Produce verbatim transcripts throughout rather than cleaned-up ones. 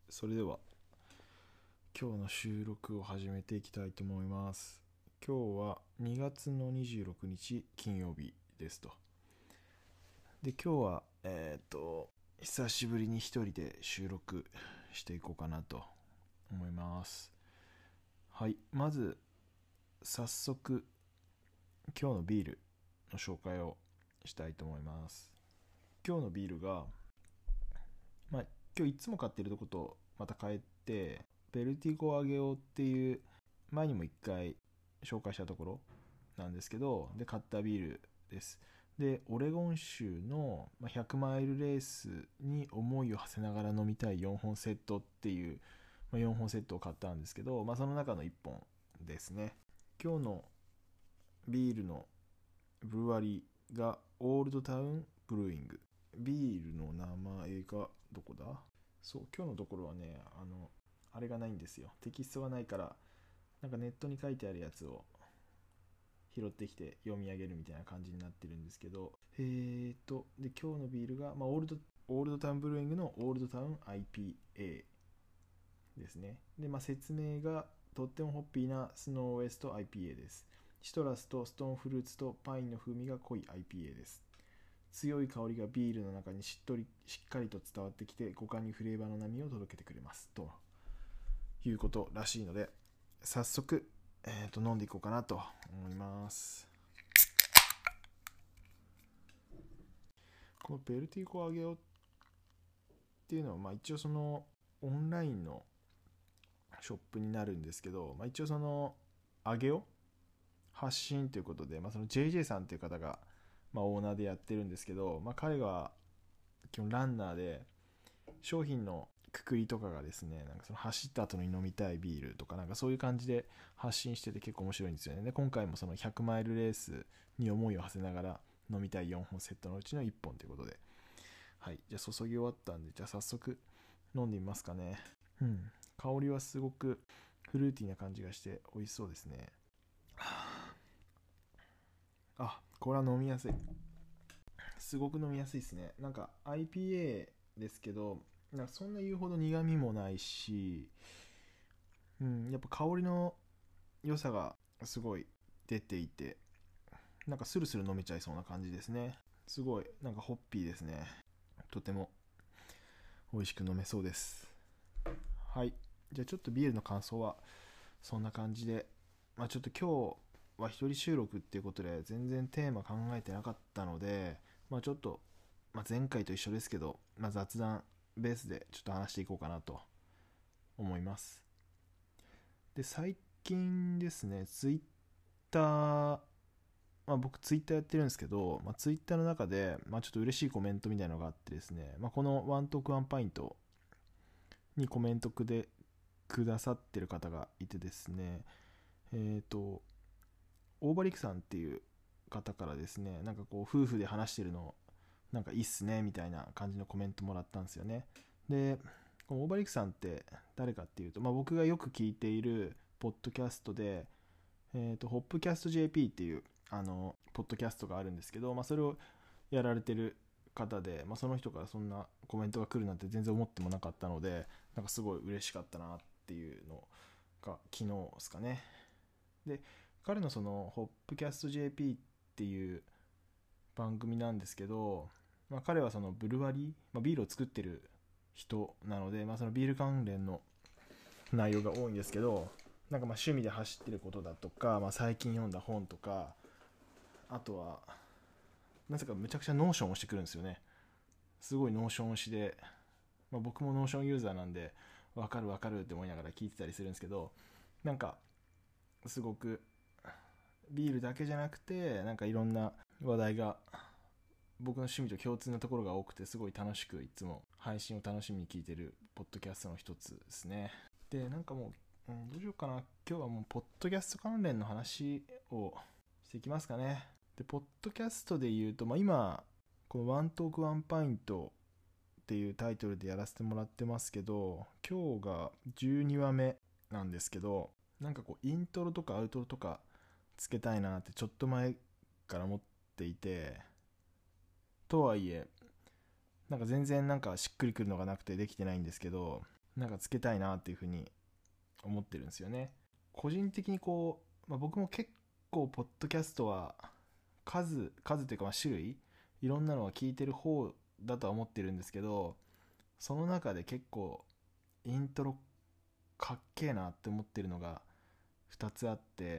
それでは今日の収録を始めていきたいと思います。今日はにがつのにじゅうろくにち金曜日ですと。で今日はえっ、ー、と久しぶりに一人で収録していこうかなと思います。はい、まず早速今日のビールの紹介をしたいと思います。今日のビールが、まあ、今日いつも買ってるとことまた変えて、ベルティゴアゲオっていう前にも一回紹介したところなんですけど、で買ったビールです。でオレゴン州のひゃくマイルレースに思いを馳せながら飲みたいよんほんセットっていう、まあ、よんほんセットを買ったんですけど、まあ、その中のいっぽんですね。今日のビールのブルワリーがオールドタウンブルーイング。ビールの名前がどこだ？そう、今日のところはね、あのあれがないんですよ。テキストがないから、なんかネットに書いてあるやつを拾ってきて読み上げるみたいな感じになってるんですけど、えーとで今日のビールが、まあ、オールドオールドタウンブルーイングのオールドタウン アイピーエー ですね。で、まあ、説明がとってもホッピーなスノーウエスト アイピーエー です。シトラスとストーンフルーツとパインの風味が濃い アイピーエー です。強い香りがビールの中にしっとりしっかりと伝わってきて、五感にフレーバーの波を届けてくれますということらしいので、早速、えー、と飲んでいこうかなと思います。このベルティゴアゲオっていうのは、まあ、一応そのオンラインのショップになるんですけど、まあ、一応そのアゲオ発信ということで、まあ、その ジェイジェイ さんという方が、まあ、オーナーでやってるんですけど、まあ、彼が基本ランナーで、商品のくくりとかがですね、なんかその走った後に飲みたいビールとか、なんかそういう感じで発信してて結構面白いんですよね。で今回もそのひゃくマイルレースに思いを馳せながら飲みたいよんほんセットのうちのいっぽんということで、はい、じゃあ注ぎ終わったんで、じゃあ早速飲んでみますかね。うん、香りはすごくフルーティーな感じがして美味しそうですね。あ、これは飲みやすい。すごく飲みやすいですね。なんか アイピーエー ですけど、なんかそんな言うほど苦味もないし、うん、やっぱ香りの良さがすごい出ていて、なんかスルスル飲めちゃいそうな感じですね。すごいなんかホッピーですね。とても美味しく飲めそうです。はい、じゃあちょっとビールの感想はそんな感じで、まあ、ちょっと今日は一人収録っていうことで全然テーマ考えてなかったので、まあ、ちょっと、まあ、前回と一緒ですけど、まあ、雑談ベースでちょっと話していこうかなと思います。で最近ですね、ツイッター、まあ、僕ツイッターやってるんですけど、まあ、ツイッターの中で、まあ、ちょっと嬉しいコメントみたいなのがあってですね、まあ、このワントークワンパイントにコメントくでくださってる方がいてですね、えっ、ー、と大場陸さんっていう方からですね、なんかこう夫婦で話してるのなんかいいっすねみたいな感じのコメントもらったんですよね。でこの大場陸さんって誰かっていうと、まあ、僕がよく聞いているポッドキャストで、えー、とホップキャスト ジェーピー っていうあのポッドキャストがあるんですけど、まあ、それをやられてる方で、まあ、その人からそんなコメントが来るなんて全然思ってもなかったので、なんかすごい嬉しかったなっていうのが昨日ですかね。で彼のそのホップキャスト ジェーピー っていう番組なんですけど、まあ、彼はそのブルワリー、まあ、ビールを作ってる人なので、まあ、そのビール関連の内容が多いんですけど、なんかまあ趣味で走ってることだとか、まあ、最近読んだ本とか、あとはなぜかめちゃくちゃノーションをしてくるんですよね。すごいノーション推しで、まあ、僕もノーションユーザーなんで分かる分かるって思いながら聞いてたりするんですけど、なんかすごくビールだけじゃなくて、なんかいろんな話題が僕の趣味と共通なところが多くて、すごい楽しくいつも配信を楽しみに聞いてるポッドキャストの一つですね。でなんかもう、うん、どうしようかな、今日はもうポッドキャスト関連の話をしていきますかね。でポッドキャストで言うと、まあ、今このワントークワンパイントっていうタイトルでやらせてもらってますけど、今日がじゅうにわめなんですけど、なんかこうイントロとかアウトロとかつけたいなってちょっと前から思っていて、とはいえなんか全然なんかしっくりくるのがなくてできてないんですけど、 なんかつけたいなっていうふうに思ってるんですよね。個人的にこう、まあ、僕も結構ポッドキャストは数数というかまあ種類いろんなのは聞いてる方だとは思ってるんですけど、その中で結構イントロかっけえなって思ってるのがふたつあって、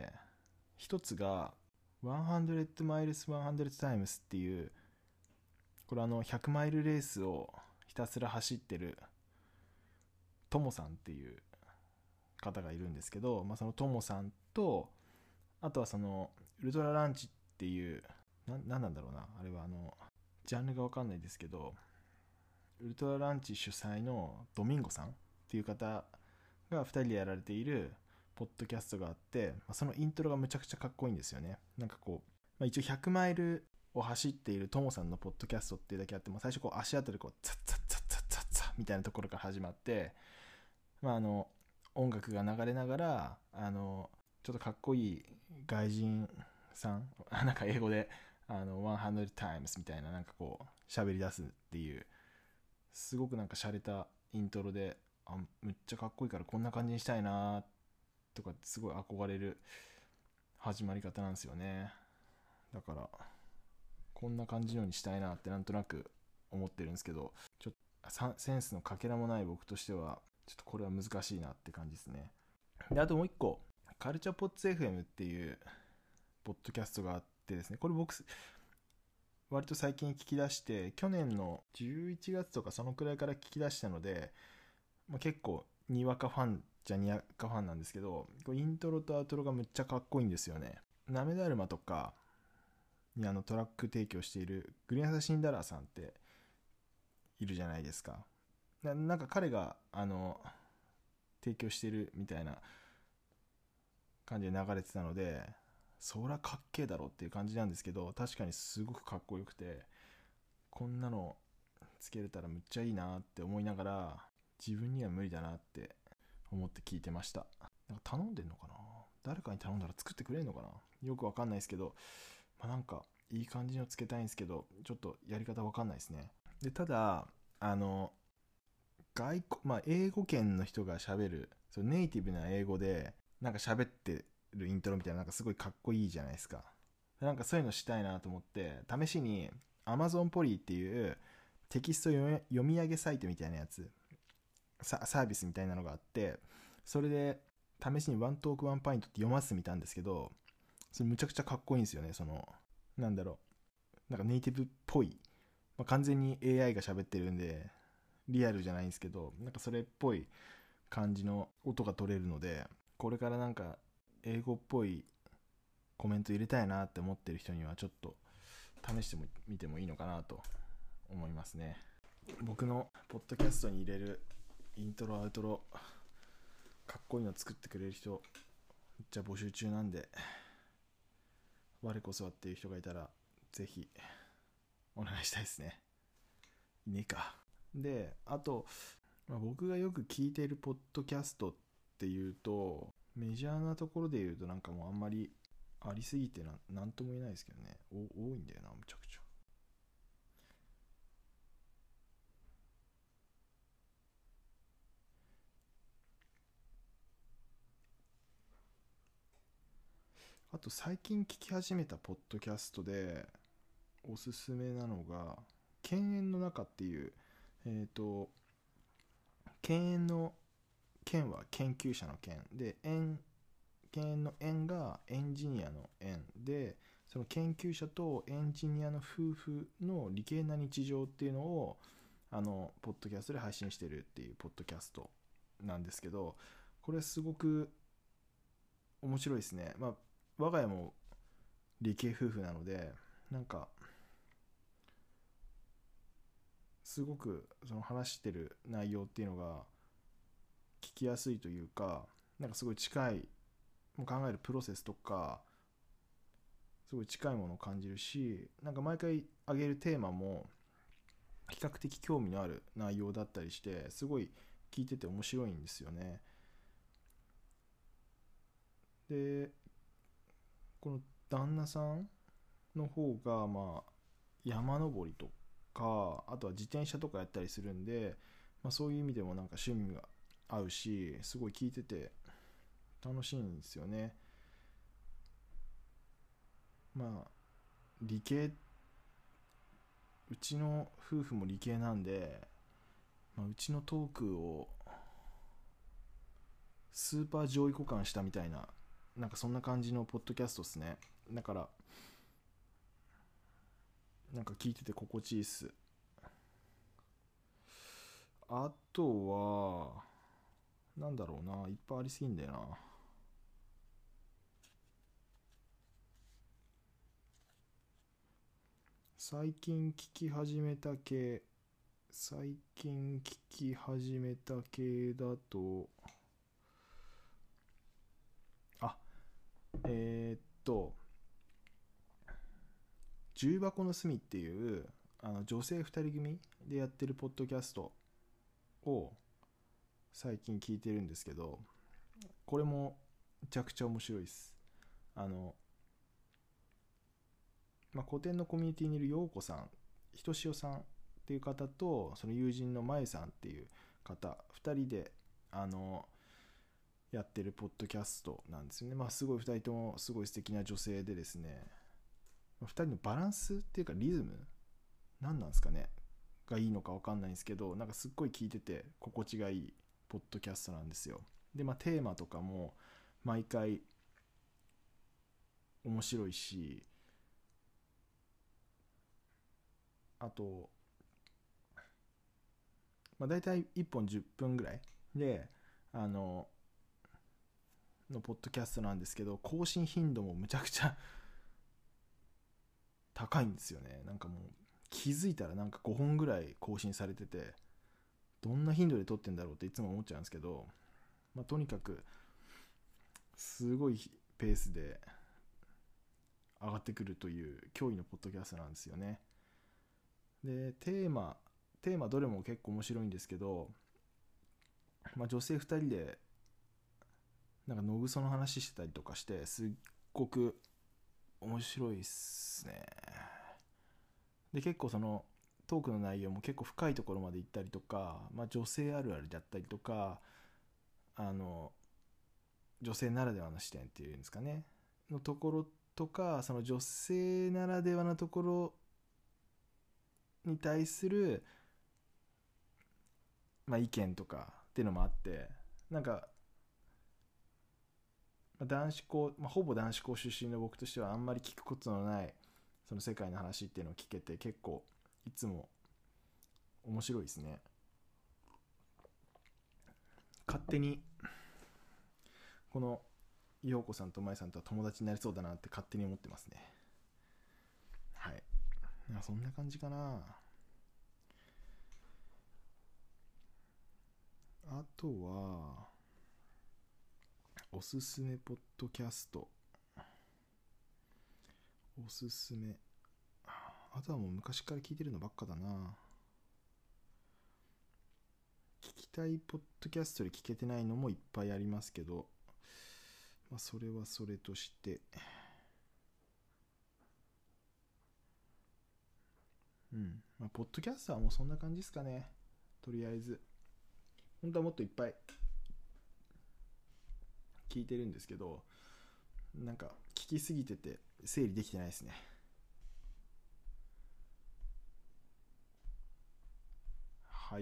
ひとつがひゃくマイルスひゃくタイムスっていう、これあのひゃくマイルレースをひたすら走ってるトモさんっていう方がいるんですけど、まあ、そのトモさんと、あとはそのウルトラランチっていう、な、なんなんだろうな、あれはあのジャンルがわかんないですけど、ウルトラランチ主催のドミンゴさんっていう方がふたりでやられているポッドキャストがあって、まあ、そのイントロがむちゃくちゃかっこいいんですよね。なんかこう、まあ、一応ひゃくマイルを走っているトモさんのポッドキャストっていうだけあっても、最初こう足跡でこうツッツッツッツッツッツッみたいなところから始まって、まあ、あの音楽が流れながら、あのちょっとかっこいい外人さんなんか英語であのひゃく times みたいな、なんかこう喋り出すっていう、すごくなんか洒落たイントロで、あめっちゃかっこいいからこんな感じにしたいなとかってすごい憧れる始まり方なんですよね。だからこんな感じのにしたいなってなんとなく思ってるんですけど、ちょっとセンスのかけらもない僕としてはちょっとこれは難しいなって感じですね。であともう一個、カルチャーポッツ エフエム っていうポッドキャストがあってですね、これ僕割と最近聞き出して、去年のじゅういちがつとかそのくらいから聞き出したので、まあ、結構にわかファンじゃにわかファンなんですけど、イントロとアウトロがむっちゃかっこいいんですよね。なめだるまとかにあのトラック提供しているグリーンアサシンダラーさんっているじゃないですか。な, なんか彼があの提供してるみたいな感じで流れてたので、そりゃかっけえだろっていう感じなんですけど、確かにすごくかっこよくて、こんなのつけれたらむっちゃいいなって思いながら、自分には無理だなって思って聞いてました。なんか頼んでんのかな、誰かに頼んだら作ってくれんのかな、よくわかんないですけど、まあ、なんかいい感じのつけたいんですけど、ちょっとやり方わかんないですね。でただあの外国、まあ、英語圏の人が喋る、そのネイティブな英語でなんか喋ってるイントロみたいな、なんかすごいかっこいいじゃないですか。なんかそういうのしたいなと思って、試しに Amazon ポリーっていうテキスト読み上げサイトみたいなやつ、サービスみたいなのがあって、それで試しにワントークワンパイントって読ませてみたんですけど、それむちゃくちゃかっこいいんですよね。そのなんだろう、なんかネイティブっぽい、まあ、完全に エーアイ が喋ってるんでリアルじゃないんですけど、なんかそれっぽい感じの音が取れるので、これからなんか英語っぽいコメント入れたいなって思ってる人にはちょっと試してみてもいいのかなと思いますね。僕のポッドキャストに入れるイントロアウトロかっこいいの作ってくれる人めっちゃ募集中なんで、我こそはっていう人がいたらぜひお願いしたいですね。いねえか。であと、まあ、僕がよく聞いているポッドキャストっていうと、メジャーなところで言うとなんかもうあんまりありすぎて な, なんとも言えないですけどね、お多いんだよな、むちゃくちゃ。あと最近聞き始めたポッドキャストでおすすめなのが、犬猿の中っていう、えっ、ー、と犬猿の犬は研究者の犬で、猿犬猿の猿がエンジニアの猿で、その研究者とエンジニアの夫婦の理系な日常っていうのをあのポッドキャストで配信してるっていうポッドキャストなんですけど、これすごく面白いですね。まあ我が家も理系夫婦なので、なんかすごくその話してる内容っていうのが聞きやすいというか、なんかすごい近い、考えるプロセスとかすごい近いものを感じるし、なんか毎回上げるテーマも比較的興味のある内容だったりして、すごい聞いてて面白いんですよね。でこの旦那さんの方がまあ山登りとか、あとは自転車とかやったりするんで、まあ、そういう意味でもなんか趣味が合うし、すごい聞いてて楽しいんですよね。まあ理系、うちの夫婦も理系なんで、まあ、うちのトークをスーパー上位互換したみたいな、なんかそんな感じのポッドキャストですね。だからなんか聞いてて心地いいっす。あとはなんだろうな、いっぱいありすぎんだよな。最近聞き始めた系最近聞き始めた系だと、あえー、っと重箱の隅っていうあの女性ふたり組でやってるポッドキャストを最近聞いてるんですけど、これもめちゃくちゃ面白いです。あの、まあ、古典のコミュニティにいる陽子さん、ひとしおさんっていう方とその友人のまゆさんっていう方ふたりであのやってるポッドキャストなんですよね。まあすごいふたりともすごい素敵な女性でですね、ふたりのバランスっていうかリズム何なんですかねがいいのか分かんないんですけど、なんかすっごい聞いてて心地がいいポッドキャストなんですよ。でまあテーマとかも毎回面白いし、あと、まあ、大体いっぽんじゅっぷんぐらいであののポッドキャストなんですけど、更新頻度もむちゃくちゃ高いんですよね。なんかもう気づいたらなんかごほんぐらい更新されてて、どんな頻度で撮ってんだろうっていつも思っちゃうんですけど、まあ、とにかくすごいペースで上がってくるという驚異のポッドキャストなんですよね。でテーマテーマどれも結構面白いんですけど、まあ、女性ふたりでなんか野ぐその話してたりとかしてすっごく面白いっすね。で結構そのトークの内容も結構深いところまで行ったりとか、まあ、女性あるあるだったりとか、あの女性ならではの視点っていうんですかねのところとか、その女性ならではのところに対する、まあ、意見とかっていうのもあって、なんか、まあ、男子校、まあ、ほぼ男子校出身の僕としてはあんまり聞くことのないその世界の話っていうのを聞けて、結構いつも面白いですね。勝手にこの陽子さんとまえさんとは友達になりそうだなって勝手に思ってますね。はい、そんな感じかな。あとはおすすめポッドキャスト、おすすめ、あとはもう昔から聞いてるのばっかだな。聞きたいポッドキャストで聞けてないのもいっぱいありますけど、まあ、それはそれとして、うん、まあ、ポッドキャストはもうそんな感じですかね。とりあえず本当はもっといっぱい聞いてるんですけど、なんか聞きすぎてて整理できてないですね。はい、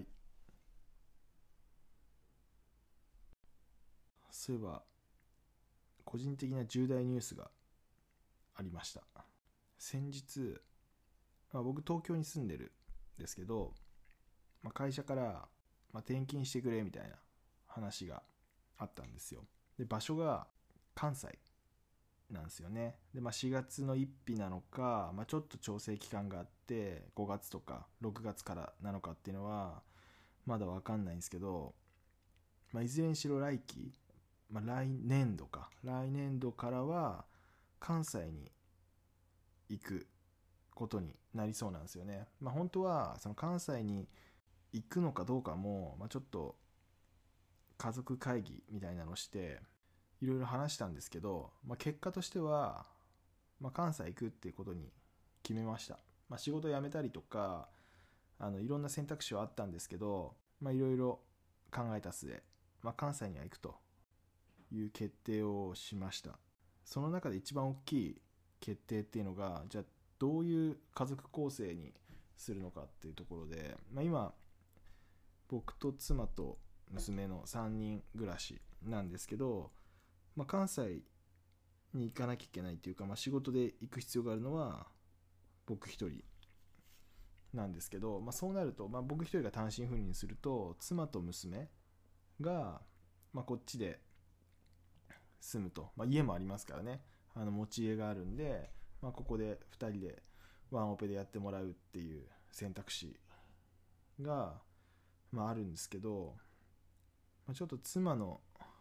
そういえば個人的な重大ニュースがありました。先日、まあ、僕東京に住んでるんですけど、まあ、会社から、まあ、転勤してくれみたいな話があったんですよ。で場所が関西なんですよね。で、まあ、しがつのついたちなのか、まあ、ちょっと調整期間があってごがつとかろくがつからなのかっていうのはまだ分かんないんですけど、まあ、いずれにしろ来期、まあ、来年度か来年度からは関西に行くことになりそうなんですよね。まあ、本当はその関西に行くのかどうかも、まあ、ちょっと家族会議みたいなのしていろいろ話したんですけど、まあ、結果としては、まあ、関西行くっていうことに決めました。まあ、仕事辞めたりとかあのいろんな選択肢はあったんですけど、まあ、いろいろ考えた末、 まあ、関西には行くという決定をしました。その中で一番大きい決定っていうのが、じゃあどういう家族構成にするのかっていうところで、まあ、今僕と妻と娘のさんにん暮らしなんですけど、まあ、関西に行かなきゃいけないっていうか、まあ、仕事で行く必要があるのは僕一人なんですけど、まあ、そうなると、まあ、僕一人が単身赴任すると妻と娘が、まあ、こっちで住むと、まあ、家もありますからね、あの持ち家があるんで、まあ、ここでふたりでワンオペでやってもらうっていう選択肢が、まあ、あるんですけど、まあ、ちょっと妻の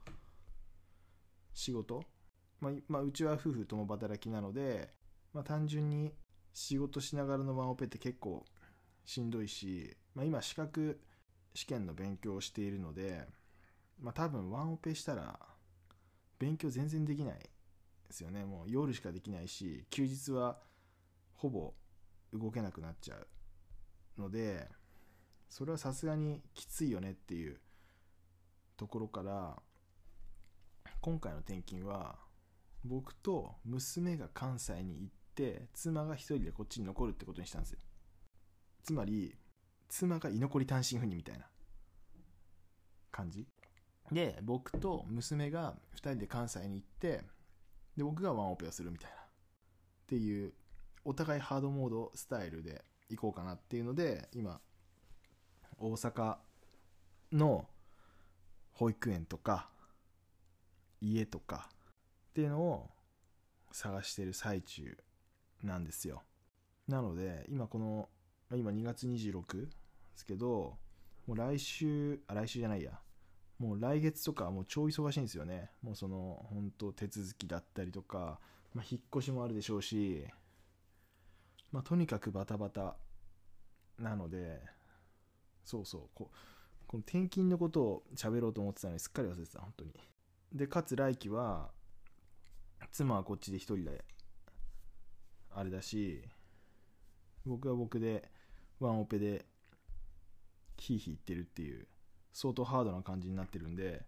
仕事、まあまあ、うちは夫婦共働きなので、まあ、単純に仕事しながらのワンオペって結構しんどいし、まあ、今資格試験の勉強をしているので、まあ、多分ワンオペしたら勉強全然できないですよね。もう夜しかできないし、休日はほぼ動けなくなっちゃうので、それはさすがにきついよねっていうところから、今回の転勤は僕と娘が関西に行って妻が一人でこっちに残るってことにしたんですよ。つまり妻が居残り単身赴任みたいな感じで、僕と娘がふたりで関西に行って、で僕がワンオペをするみたいなっていうお互いハードモードスタイルで行こうかなっていうので、今大阪の保育園とか家とかっていうのを探してる最中なんですよ。なので今この今にがつにじゅうろくですけど、もう来週あ来週じゃないやもう来月とかもう超忙しいんですよね。もうその本当手続きだったりとか、まあ、引っ越しもあるでしょうし、まあ、とにかくバタバタなので、そうそうここの転勤のことを喋ろうと思ってたのにすっかり忘れてた本当に。でかつ来期は妻はこっちで一人であれだし、僕は僕でワンオペでヒーヒー言ってるっていう相当ハードな感じになってるんで、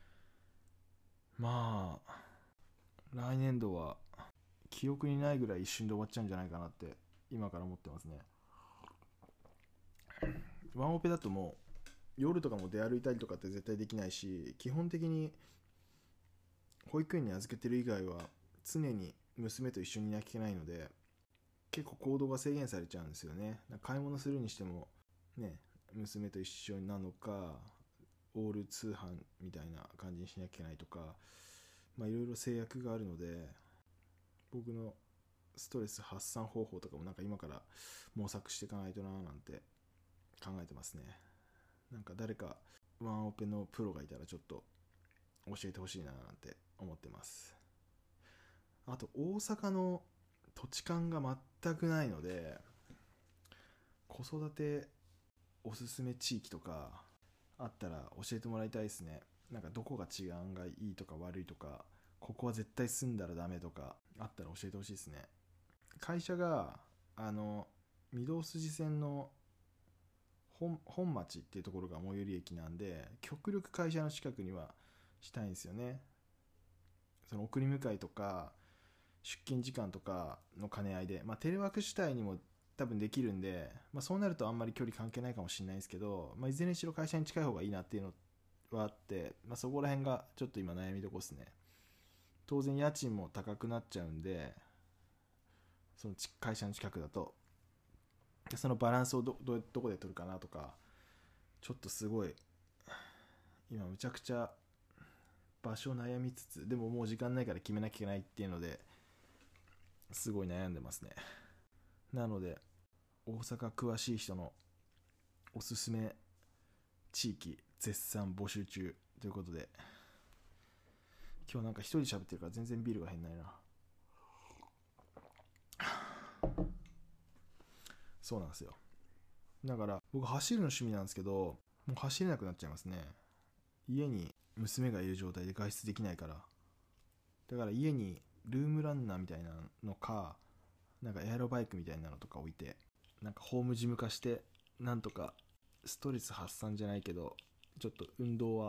まあ来年度は記憶にないぐらい一瞬で終わっちゃうんじゃないかなって今から思ってますね。ワンオペだともう夜とかも出歩いたりとかって絶対できないし、基本的に保育園に預けてる以外は常に娘と一緒にいなきゃいけないので、結構行動が制限されちゃうんですよね。なんか買い物するにしてもね、娘と一緒なのかオール通販みたいな感じにしなきゃいけないとか、まあいろいろ制約があるので、僕のストレス発散方法とかもなんか今から模索していかないとなーなんて考えてますね。なんか誰かワンオペのプロがいたらちょっと教えてほしいななんて思ってます。あと大阪の土地勘が全くないので、子育ておすすめ地域とかあったら教えてもらいたいですね。なんかどこが治安がいいとか悪いとか、ここは絶対住んだらダメとかあったら教えてほしいですね。会社があの御堂筋線の 本, 本町っていうところが最寄り駅なんで、極力会社の近くにはしたいんですよね。その送り迎えとか出勤時間とかの兼ね合いで、まあ、テレワーク主体にも多分できるんで、まあ、そうなるとあんまり距離関係ないかもしれないですけど、まあ、いずれにしろ会社に近い方がいいなっていうのはあって、まあ、そこら辺がちょっと今悩みどこですね。当然家賃も高くなっちゃうんで、その会社の近くだとそのバランスを ど, ど, どこで取るかなとか、ちょっとすごい今むちゃくちゃ場所悩みつつ、でももう時間ないから決めなきゃいけないっていうのですごい悩んでますね。なので大阪詳しい人のおすすめ地域絶賛募集中ということで、今日なんか一人で喋ってるから全然ビールが変ないな。そうなんですよ。だから僕走るの趣味なんですけど、もう走れなくなっちゃいますね。家に娘がいる状態で外出できないから。だから家にルームランナーみたいなのか、なんかエアロバイクみたいなのとか置いて、なんかホームジム化して、なんとかストレス発散じゃないけどちょっと運動は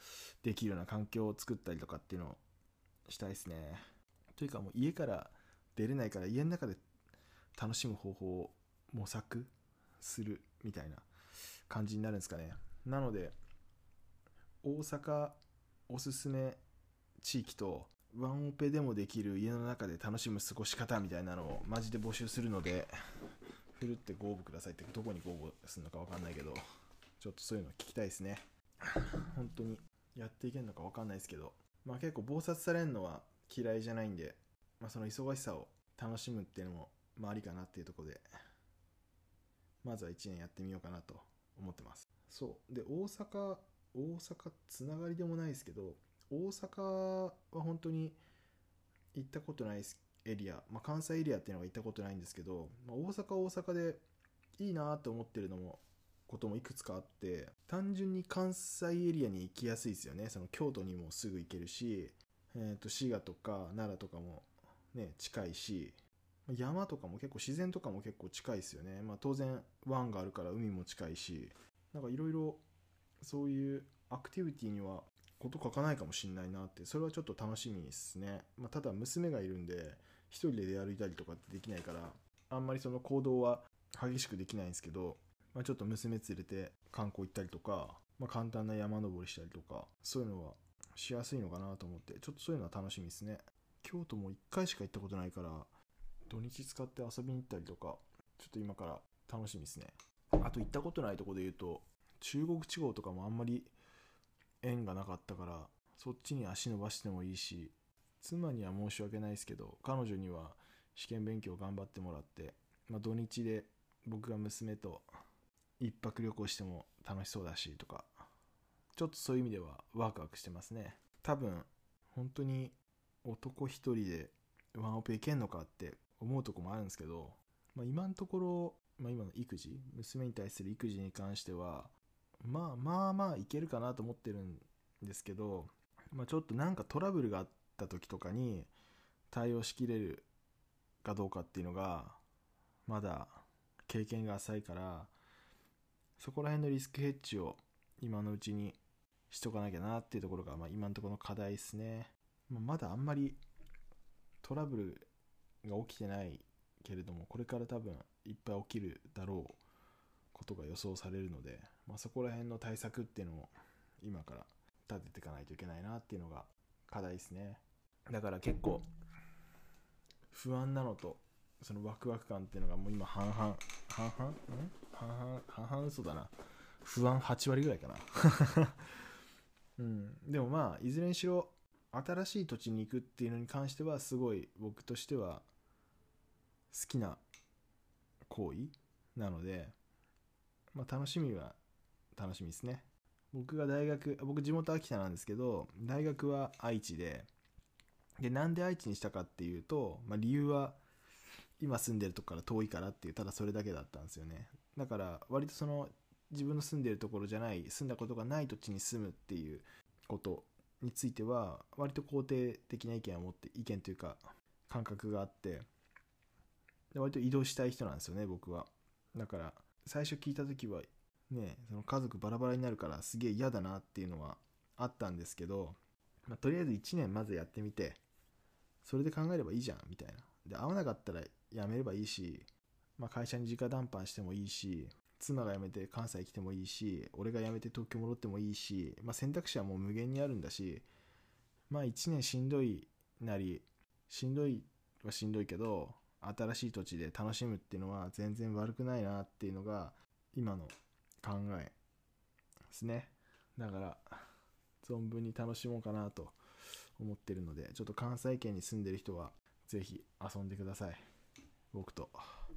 できるような環境を作ったりとかっていうのをしたいですね。というかもう家から出れないから家の中で楽しむ方法を模索するみたいな感じになるんですかね。なので大阪おすすめ地域とワンオペでもできる家の中で楽しむ過ごし方みたいなのをマジで募集するので、ふるってご応募くださいって、どこにご応募するのか分かんないけど、ちょっとそういうの聞きたいですね。本当にやっていけるのか分かんないですけど、まあ結構忙殺されるのは嫌いじゃないんで、まあその忙しさを楽しむっていうのもまあありかなっていうところで、まずはいちねんやってみようかなと思ってます。そうで、大阪大阪つながりでもないですけど、大阪は本当に行ったことないエリア、まあ、関西エリアっていうのが行ったことないんですけど、まあ、大阪は大阪でいいなと思ってるのもこともいくつかあって、単純に関西エリアに行きやすいですよね。その京都にもすぐ行けるし、えー、と滋賀とか奈良とかもね近いし、山とかも結構自然とかも結構近いですよね。まあ当然湾があるから海も近いし、なんかいろいろそういうアクティビティにはこと書かないかもしれないなって、それはちょっと楽しみですね。まあ、ただ娘がいるんで一人で出歩いたりとかってできないから、あんまりその行動は激しくできないんですけど、まあ、ちょっと娘連れて観光行ったりとか、まあ、簡単な山登りしたりとか、そういうのはしやすいのかなと思って、ちょっとそういうのは楽しみですね。京都もいっかいしか行ったことないから、土日使って遊びに行ったりとか、ちょっと今から楽しみですね。あと行ったことないところで言うと、中国地方とかもあんまり縁がなかったから、そっちに足伸ばしてもいいし、妻には申し訳ないですけど、彼女には試験勉強頑張ってもらって、まあ、土日で僕が娘と一泊旅行しても楽しそうだしとか、ちょっとそういう意味ではワクワクしてますね。多分本当に男一人でワンオペいけんのかって思うとこもあるんですけど、まあ、今のところ、まあ、今の育児、娘に対する育児に関してはまあまあまあいけるかなと思ってるんですけど、まあ、ちょっとなんかトラブルがあった時とかに対応しきれるかどうかっていうのがまだ経験が浅いから、そこら辺のリスクヘッジを今のうちにしとかなきゃなっていうところが、まあ、今のところの課題ですね。まあ、まだあんまりトラブルが起きてないけれども、これから多分いっぱい起きるだろうことが予想されるので、まあ、そこら辺の対策っていうのを今から立てていかないといけないなっていうのが課題ですね。だから結構不安なのとそのワクワク感っていうのがもう今半々半々ん半々半々嘘だな、不安はちわりぐらいかなうん、でもまあいずれにしろ新しい土地に行くっていうのに関してはすごい僕としては好きな行為なので、まあ楽しみは楽しみですね。僕が大学、僕地元秋田なんですけど、大学は愛知で、でなんで愛知にしたかっていうと、まあ、理由は今住んでるとこから遠いからっていう、ただそれだけだったんですよね。だから割とその自分の住んでるところじゃない、住んだことがない土地に住むっていうことについては割と肯定的な意見を持って、意見というか感覚があって、で割と移動したい人なんですよね僕は。だから最初聞いた時はね、その家族バラバラになるからすげえ嫌だなっていうのはあったんですけど、まあ、とりあえずいちねんまずやってみて、それで考えればいいじゃんみたいな。で合わなかったらやめればいいし、まあ、会社に直談判してもいいし、妻が辞めて関西来てもいいし、俺が辞めて東京戻ってもいいし、まあ、選択肢はもう無限にあるんだし、まあいちねんしんどいなり、しんどいはしんどいけど新しい土地で楽しむっていうのは全然悪くないなっていうのが今の考えですね。だから存分に楽しもうかなと思ってるので、ちょっと関西圏に住んでる人はぜひ遊んでください。僕と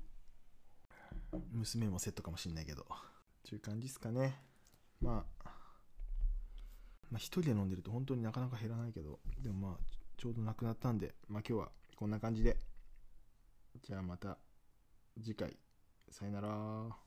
娘もセットかもしんないけど、という感じですかね。まあまあ一人で飲んでると本当になかなか減らないけど、でもまあちょうどなくなったんで、まあ今日はこんな感じで、じゃあまた次回、さよなら。